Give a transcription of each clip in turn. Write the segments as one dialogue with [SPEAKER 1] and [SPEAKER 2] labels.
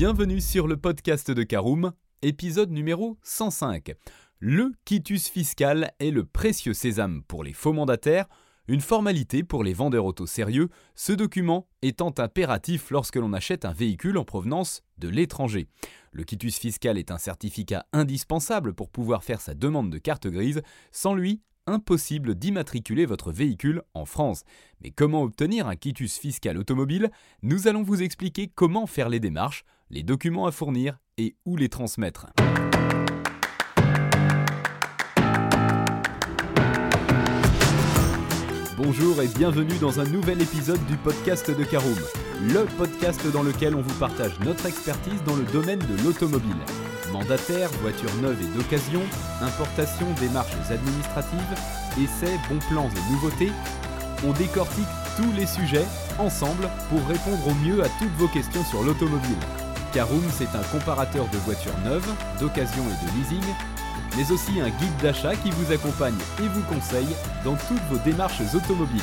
[SPEAKER 1] Bienvenue sur le podcast de Caroom, épisode numéro 105. Le quitus fiscal est le précieux sésame pour les faux mandataires, une formalité pour les vendeurs auto sérieux, ce document étant impératif lorsque l'on achète un véhicule en provenance de l'étranger. Le quitus fiscal est un certificat indispensable pour pouvoir faire sa demande de carte grise. Sans lui, impossible d'immatriculer votre véhicule en France. Mais comment obtenir un quitus fiscal automobile ? Nous allons vous expliquer comment faire les démarches, les documents à fournir et où les transmettre. Bonjour et bienvenue dans un nouvel épisode du podcast de Caroom, le podcast dans lequel on vous partage notre expertise dans le domaine de l'automobile. Mandataires, voitures neuves et d'occasion, importation, démarches administratives, essais, bons plans et nouveautés, on décortique tous les sujets ensemble pour répondre au mieux à toutes vos questions sur l'automobile. Caroom, c'est un comparateur de voitures neuves, d'occasion et de leasing, mais aussi un guide d'achat qui vous accompagne et vous conseille dans toutes vos démarches automobiles.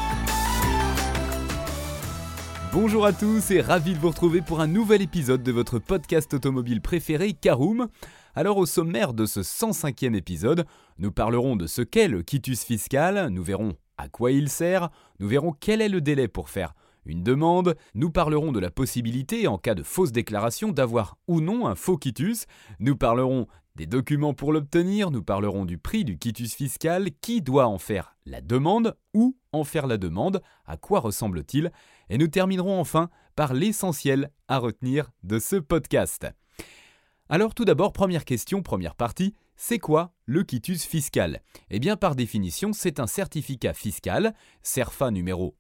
[SPEAKER 1] Bonjour à tous et ravi de vous retrouver pour un nouvel épisode de votre podcast automobile préféré, Caroom. Alors au sommaire de ce 105e épisode, nous parlerons de ce qu'est le quitus fiscal, nous verrons à quoi il sert, nous verrons quel est le délai pour faire une demande, nous parlerons de la possibilité, en cas de fausse déclaration, d'avoir ou non un faux quitus, nous parlerons des documents pour l'obtenir, nous parlerons du prix du quitus fiscal, qui doit en faire la demande, où en faire la demande, à quoi ressemble-t-il, et nous terminerons enfin par l'essentiel à retenir de ce podcast. Alors tout d'abord, première question, première partie, c'est quoi le quitus fiscal ? Eh bien par définition, c'est un certificat fiscal, CERFA numéro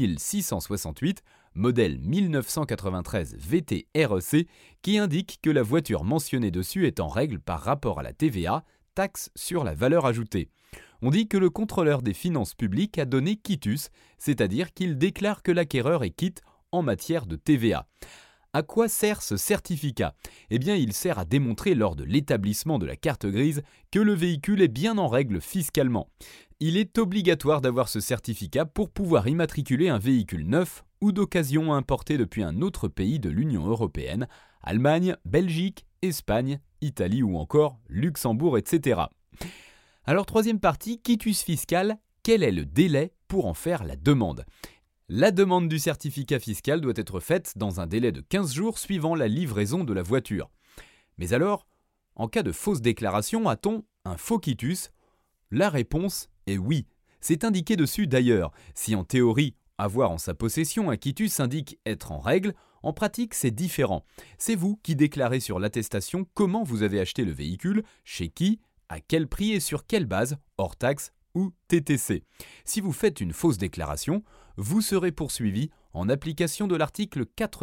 [SPEAKER 1] 10668, modèle 1993 VT REC, qui indique que la voiture mentionnée dessus est en règle par rapport à la TVA, taxe sur la valeur ajoutée. On dit que le contrôleur des finances publiques a donné quitus, c'est-à-dire qu'il déclare que l'acquéreur est quitte en matière de TVA. À quoi sert ce certificat ? Eh bien, il sert à démontrer lors de l'établissement de la carte grise que le véhicule est bien en règle fiscalement. Il est obligatoire d'avoir ce certificat pour pouvoir immatriculer un véhicule neuf ou d'occasion importé depuis un autre pays de l'Union européenne, Allemagne, Belgique, Espagne, Italie ou encore Luxembourg, etc. Alors, troisième partie, quitus fiscal, quel est le délai pour en faire la demande ? La demande du certificat fiscal doit être faite dans un délai de 15 jours suivant la livraison de la voiture. Mais alors, en cas de fausse déclaration, a-t-on un faux quitus ? La réponse est oui. C'est indiqué dessus d'ailleurs. Si en théorie, avoir en sa possession un quitus indique être en règle, en pratique c'est différent. C'est vous qui déclarez sur l'attestation comment vous avez acheté le véhicule, chez qui, à quel prix et sur quelle base, hors taxe ou TTC. Si vous faites une fausse déclaration, vous serez poursuivi en application de l'article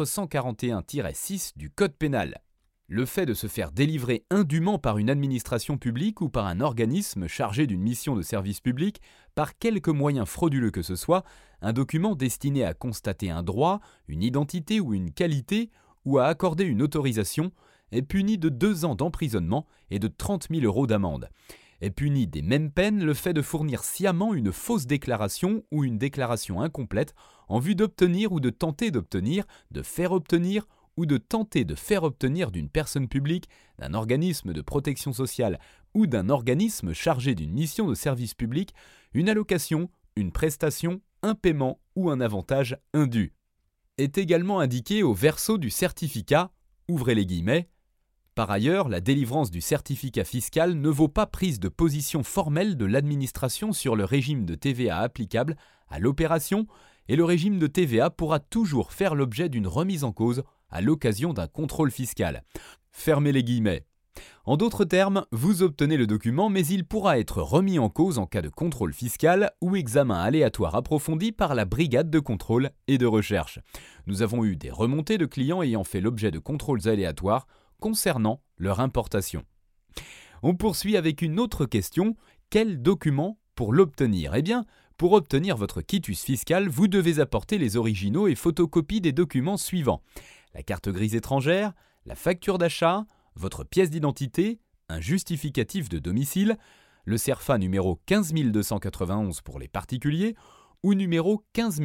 [SPEAKER 1] 441-6 du Code pénal. Le fait de se faire délivrer indûment par une administration publique ou par un organisme chargé d'une mission de service public, par quelque moyen frauduleux que ce soit, un document destiné à constater un droit, une identité ou une qualité, ou à accorder une autorisation, est puni de 2 ans d'emprisonnement et de 30 000 € d'amende. Est puni des mêmes peines le fait de fournir sciemment une fausse déclaration ou une déclaration incomplète en vue d'obtenir ou de tenter d'obtenir, de faire obtenir ou de tenter de faire obtenir d'une personne publique, d'un organisme de protection sociale ou d'un organisme chargé d'une mission de service public, une allocation, une prestation, un paiement ou un avantage indu. Est également indiqué au verso du certificat, ouvrez les guillemets, par ailleurs, la délivrance du certificat fiscal ne vaut pas prise de position formelle de l'administration sur le régime de TVA applicable à l'opération et le régime de TVA pourra toujours faire l'objet d'une remise en cause à l'occasion d'un contrôle fiscal. Fermez les guillemets. En d'autres termes, vous obtenez le document mais il pourra être remis en cause en cas de contrôle fiscal ou examen aléatoire approfondi par la brigade de contrôle et de recherche. Nous avons eu des remontées de clients ayant fait l'objet de contrôles aléatoires concernant leur importation. On poursuit avec une autre question, quel document pour l'obtenir ? Eh bien, pour obtenir votre quitus fiscal, vous devez apporter les originaux et photocopies des documents suivants. La carte grise étrangère, la facture d'achat, votre pièce d'identité, un justificatif de domicile, le CERFA numéro 15291 pour les particuliers, ou numéro 15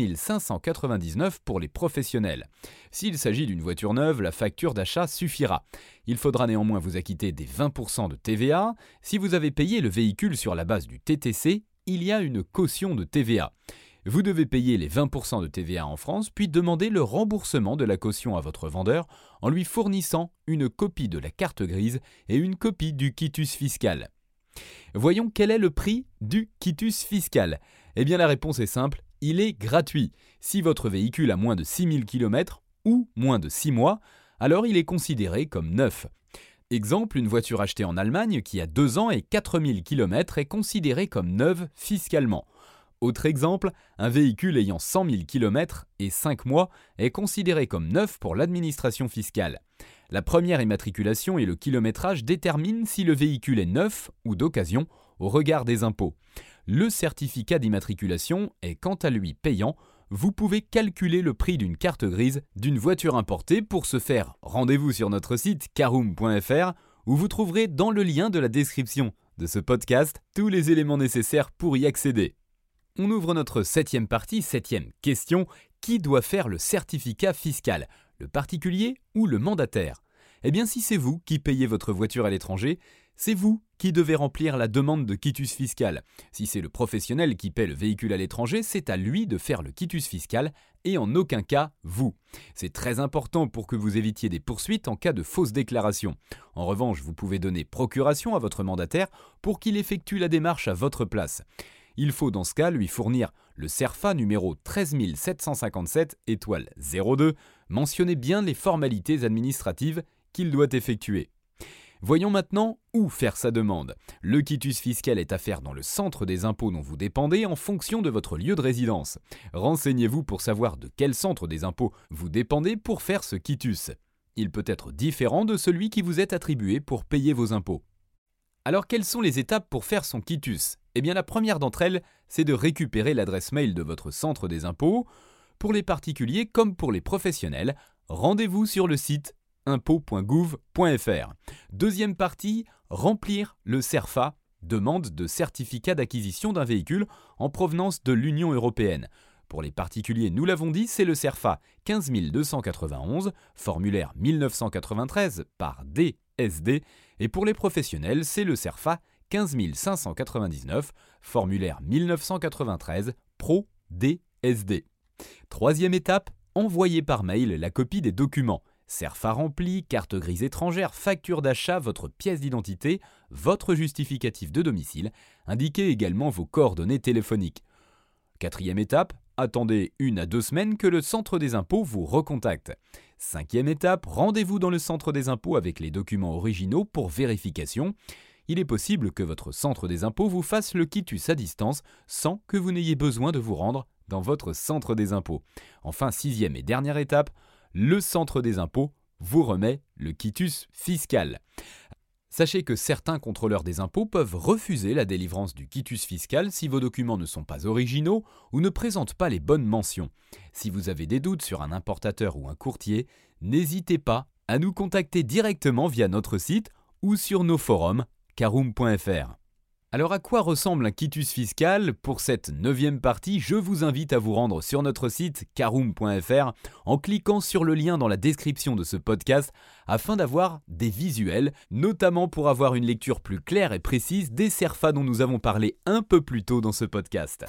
[SPEAKER 1] 599 pour les professionnels. S'il s'agit d'une voiture neuve, la facture d'achat suffira. Il faudra néanmoins vous acquitter des 20% de TVA. Si vous avez payé le véhicule sur la base du TTC, il y a une caution de TVA. Vous devez payer les 20% de TVA en France, puis demander le remboursement de la caution à votre vendeur en lui fournissant une copie de la carte grise et une copie du quitus fiscal. Voyons quel est le prix du quitus fiscal. Eh bien la réponse est simple, il est gratuit. Si votre véhicule a moins de 6000 km ou moins de 6 mois, alors il est considéré comme neuf. Exemple, une voiture achetée en Allemagne qui a 2 ans et 4000 km est considérée comme neuve fiscalement. Autre exemple, un véhicule ayant 100 000 km et 5 mois est considéré comme neuf pour l'administration fiscale. La première immatriculation et le kilométrage déterminent si le véhicule est neuf ou d'occasion au regard des impôts. Le certificat d'immatriculation est quant à lui payant. Vous pouvez calculer le prix d'une carte grise d'une voiture importée. Pour ce faire, rendez-vous sur notre site caroom.fr où vous trouverez dans le lien de la description de ce podcast tous les éléments nécessaires pour y accéder. On ouvre notre 7e partie, 7e question. Qui doit faire le certificat fiscal, le particulier ou le mandataire ? Eh bien, si c'est vous qui payez votre voiture à l'étranger, c'est vous qui devez remplir la demande de quitus fiscal. Si c'est le professionnel qui paie le véhicule à l'étranger, c'est à lui de faire le quitus fiscal et en aucun cas vous. C'est très important pour que vous évitiez des poursuites en cas de fausse déclaration. En revanche, vous pouvez donner procuration à votre mandataire pour qu'il effectue la démarche à votre place. Il faut dans ce cas lui fournir le CERFA numéro 13 757 étoile 02. Mentionnez bien les formalités administratives qu'il doit effectuer. Voyons maintenant où faire sa demande. Le quitus fiscal est à faire dans le centre des impôts dont vous dépendez en fonction de votre lieu de résidence. Renseignez-vous pour savoir de quel centre des impôts vous dépendez pour faire ce quitus. Il peut être différent de celui qui vous est attribué pour payer vos impôts. Alors quelles sont les étapes pour faire son quitus ? Eh bien la première d'entre elles, c'est de récupérer l'adresse mail de votre centre des impôts. Pour les particuliers comme pour les professionnels, rendez-vous sur le site impôts.gouv.fr. Deuxième partie, remplir le CERFA, demande de certificat d'acquisition d'un véhicule en provenance de l'Union européenne. Pour les particuliers, nous l'avons dit, c'est le CERFA 15 291, formulaire 1993 par DSD, et pour les professionnels, c'est le CERFA 15 599, formulaire 1993 Pro DSD. Troisième étape, envoyer par mail la copie des documents. CERFA rempli, carte grise étrangère, facture d'achat, votre pièce d'identité, votre justificatif de domicile. Indiquez également vos coordonnées téléphoniques. Quatrième étape, attendez 1 à 2 semaines que le centre des impôts vous recontacte. Cinquième étape, rendez-vous dans le centre des impôts avec les documents originaux pour vérification. Il est possible que votre centre des impôts vous fasse le quitus à distance sans que vous n'ayez besoin de vous rendre dans votre centre des impôts. Enfin, 6e et dernière étape, le centre des impôts vous remet le quitus fiscal. Sachez que certains contrôleurs des impôts peuvent refuser la délivrance du quitus fiscal si vos documents ne sont pas originaux ou ne présentent pas les bonnes mentions. Si vous avez des doutes sur un importateur ou un courtier, n'hésitez pas à nous contacter directement via notre site ou sur nos forums caroom.fr. Alors à quoi ressemble un quitus fiscal ? Pour cette 9e partie, je vous invite à vous rendre sur notre site caroom.fr en cliquant sur le lien dans la description de ce podcast afin d'avoir des visuels, notamment pour avoir une lecture plus claire et précise des CERFA dont nous avons parlé un peu plus tôt dans ce podcast.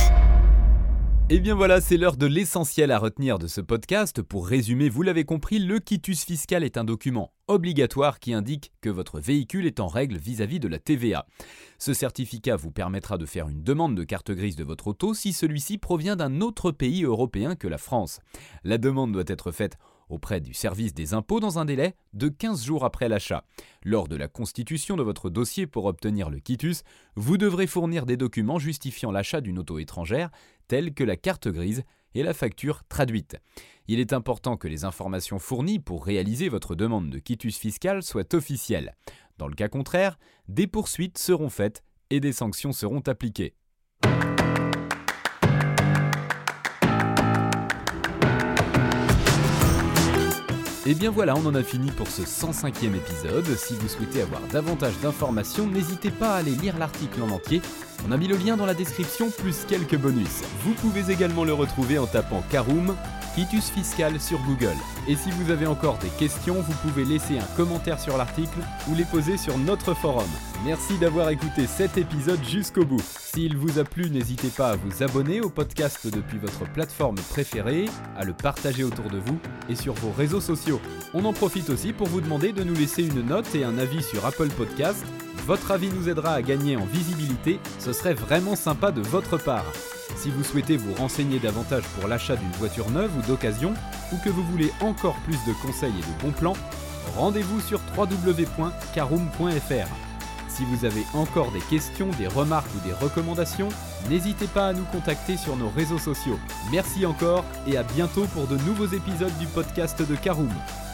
[SPEAKER 1] Et bien voilà, c'est l'heure de l'essentiel à retenir de ce podcast. Pour résumer, vous l'avez compris, le quitus fiscal est un document obligatoire qui indique que votre véhicule est en règle vis-à-vis de la TVA. Ce certificat vous permettra de faire une demande de carte grise de votre auto si celui-ci provient d'un autre pays européen que la France. La demande doit être faite auprès du service des impôts dans un délai de 15 jours après l'achat. Lors de la constitution de votre dossier pour obtenir le quitus, vous devrez fournir des documents justifiant l'achat d'une auto étrangère, tels que la carte grise et la facture traduite. Il est important que les informations fournies pour réaliser votre demande de quitus fiscal soient officielles. Dans le cas contraire, des poursuites seront faites et des sanctions seront appliquées. Et bien voilà, on en a fini pour ce 105e épisode. Si vous souhaitez avoir davantage d'informations, n'hésitez pas à aller lire l'article en entier. On a mis le lien dans la description, plus quelques bonus. Vous pouvez également le retrouver en tapant Caroom, quitus fiscal sur Google. Et si vous avez encore des questions, vous pouvez laisser un commentaire sur l'article ou les poser sur notre forum. Merci d'avoir écouté cet épisode jusqu'au bout. S'il vous a plu, n'hésitez pas à vous abonner au podcast depuis votre plateforme préférée, à le partager autour de vous et sur vos réseaux sociaux. On en profite aussi pour vous demander de nous laisser une note et un avis sur Apple Podcast. Votre avis nous aidera à gagner en visibilité, ce serait vraiment sympa de votre part. Si vous souhaitez vous renseigner davantage pour l'achat d'une voiture neuve ou d'occasion, ou que vous voulez encore plus de conseils et de bons plans, rendez-vous sur www.caroom.fr. Si vous avez encore des questions, des remarques ou des recommandations, n'hésitez pas à nous contacter sur nos réseaux sociaux. Merci encore et à bientôt pour de nouveaux épisodes du podcast de Caroom.